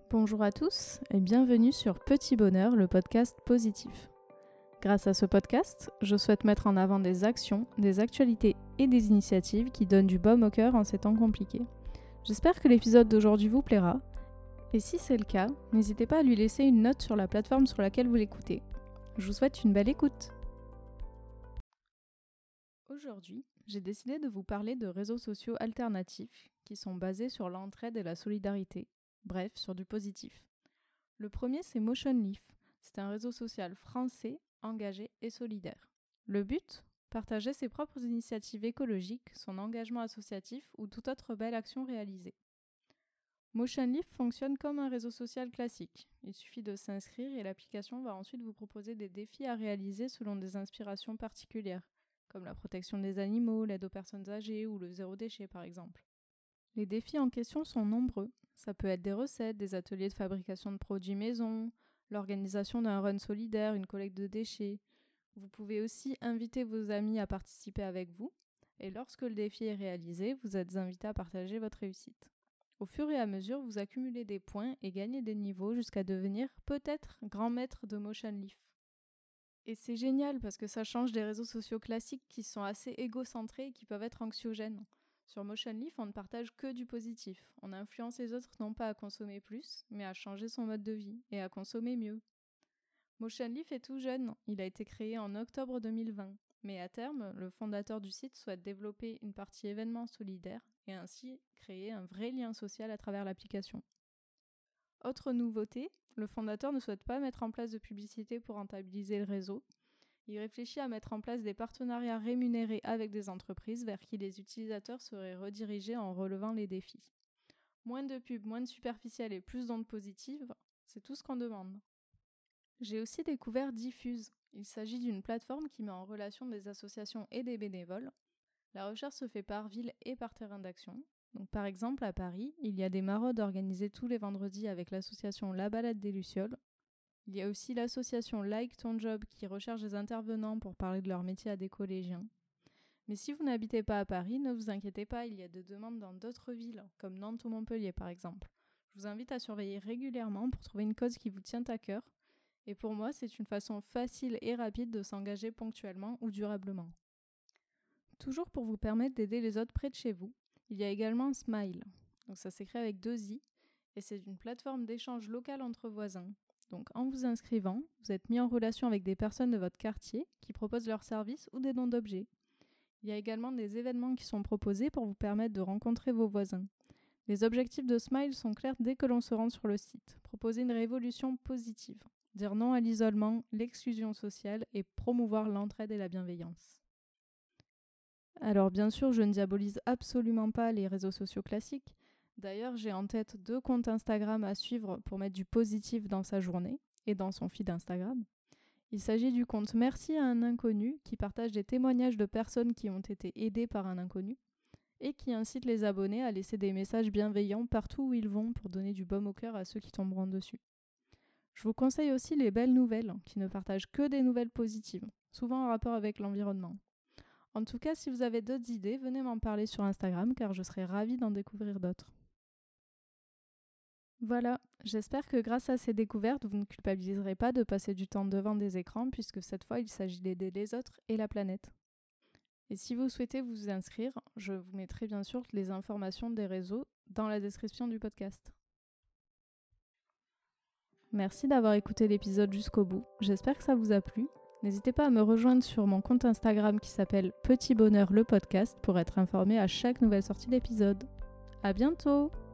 Bonjour à tous et bienvenue sur Petit Bonheur, le podcast positif. Grâce à ce podcast, je souhaite mettre en avant des actions, des actualités et des initiatives qui donnent du baume au cœur en ces temps compliqués. J'espère que l'épisode d'aujourd'hui vous plaira. Et si c'est le cas, n'hésitez pas à lui laisser une note sur la plateforme sur laquelle vous l'écoutez. Je vous souhaite une belle écoute. Aujourd'hui, j'ai décidé de vous parler de réseaux sociaux alternatifs qui sont basés sur l'entraide et la solidarité, bref, sur du positif. Le premier, c'est Motionleaf. C'est un réseau social français, engagé et solidaire. Le but ? Partager ses propres initiatives écologiques, son engagement associatif ou toute autre belle action réalisée. Motionleaf fonctionne comme un réseau social classique. Il suffit de s'inscrire et l'application va ensuite vous proposer des défis à réaliser selon des inspirations particulières, comme la protection des animaux, l'aide aux personnes âgées ou le zéro déchet par exemple. Les défis en question sont nombreux. Ça peut être des recettes, des ateliers de fabrication de produits maison, l'organisation d'un run solidaire, une collecte de déchets. Vous pouvez aussi inviter vos amis à participer avec vous. Et lorsque le défi est réalisé, vous êtes invité à partager votre réussite. Au fur et à mesure, vous accumulez des points et gagnez des niveaux jusqu'à devenir peut-être grand maître de Motionleaf. Et c'est génial parce que ça change des réseaux sociaux classiques qui sont assez égocentrés et qui peuvent être anxiogènes. Sur Motionleaf, on ne partage que du positif. On influence les autres non pas à consommer plus, mais à changer son mode de vie et à consommer mieux. Motionleaf est tout jeune, il a été créé en octobre 2020. Mais à terme, le fondateur du site souhaite développer une partie événements solidaires et ainsi créer un vrai lien social à travers l'application. Autre nouveauté, le fondateur ne souhaite pas mettre en place de publicité pour rentabiliser le réseau. Il réfléchit à mettre en place des partenariats rémunérés avec des entreprises vers qui les utilisateurs seraient redirigés en relevant les défis. Moins de pubs, moins de superficiel et plus d'ondes positives, c'est tout ce qu'on demande. J'ai aussi découvert Diffuse. Il s'agit d'une plateforme qui met en relation des associations et des bénévoles. La recherche se fait par ville et par terrain d'action. Donc, par exemple, à Paris, il y a des maraudes organisées tous les vendredis avec l'association La Balade des Lucioles. Il y a aussi l'association Like Ton Job qui recherche des intervenants pour parler de leur métier à des collégiens. Mais si vous n'habitez pas à Paris, ne vous inquiétez pas, il y a des demandes dans d'autres villes, comme Nantes ou Montpellier par exemple. Je vous invite à surveiller régulièrement pour trouver une cause qui vous tient à cœur. Et pour moi, c'est une façon facile et rapide de s'engager ponctuellement ou durablement. Toujours pour vous permettre d'aider les autres près de chez vous, il y a également Smile. Donc ça s'écrit avec 2 i et c'est une plateforme d'échange local entre voisins. Donc en vous inscrivant, vous êtes mis en relation avec des personnes de votre quartier qui proposent leurs services ou des dons d'objets. Il y a également des événements qui sont proposés pour vous permettre de rencontrer vos voisins. Les objectifs de Smile sont clairs dès que l'on se rend sur le site. Proposer une révolution positive, dire non à l'isolement, l'exclusion sociale et promouvoir l'entraide et la bienveillance. Alors bien sûr, je ne diabolise absolument pas les réseaux sociaux classiques. D'ailleurs, j'ai en tête 2 comptes Instagram à suivre pour mettre du positif dans sa journée et dans son feed Instagram. Il s'agit du compte Merci à un inconnu qui partage des témoignages de personnes qui ont été aidées par un inconnu et qui incite les abonnés à laisser des messages bienveillants partout où ils vont pour donner du baume au cœur à ceux qui tomberont dessus. Je vous conseille aussi les Belles Nouvelles qui ne partagent que des nouvelles positives, souvent en rapport avec l'environnement. En tout cas, si vous avez d'autres idées, venez m'en parler sur Instagram car je serai ravie d'en découvrir d'autres. Voilà, j'espère que grâce à ces découvertes, vous ne culpabiliserez pas de passer du temps devant des écrans puisque cette fois, il s'agit d'aider les autres et la planète. Et si vous souhaitez vous inscrire, je vous mettrai bien sûr les informations des réseaux dans la description du podcast. Merci d'avoir écouté l'épisode jusqu'au bout, j'espère que ça vous a plu. N'hésitez pas à me rejoindre sur mon compte Instagram qui s'appelle Petit Bonheur le podcast pour être informé à chaque nouvelle sortie d'épisode. À bientôt!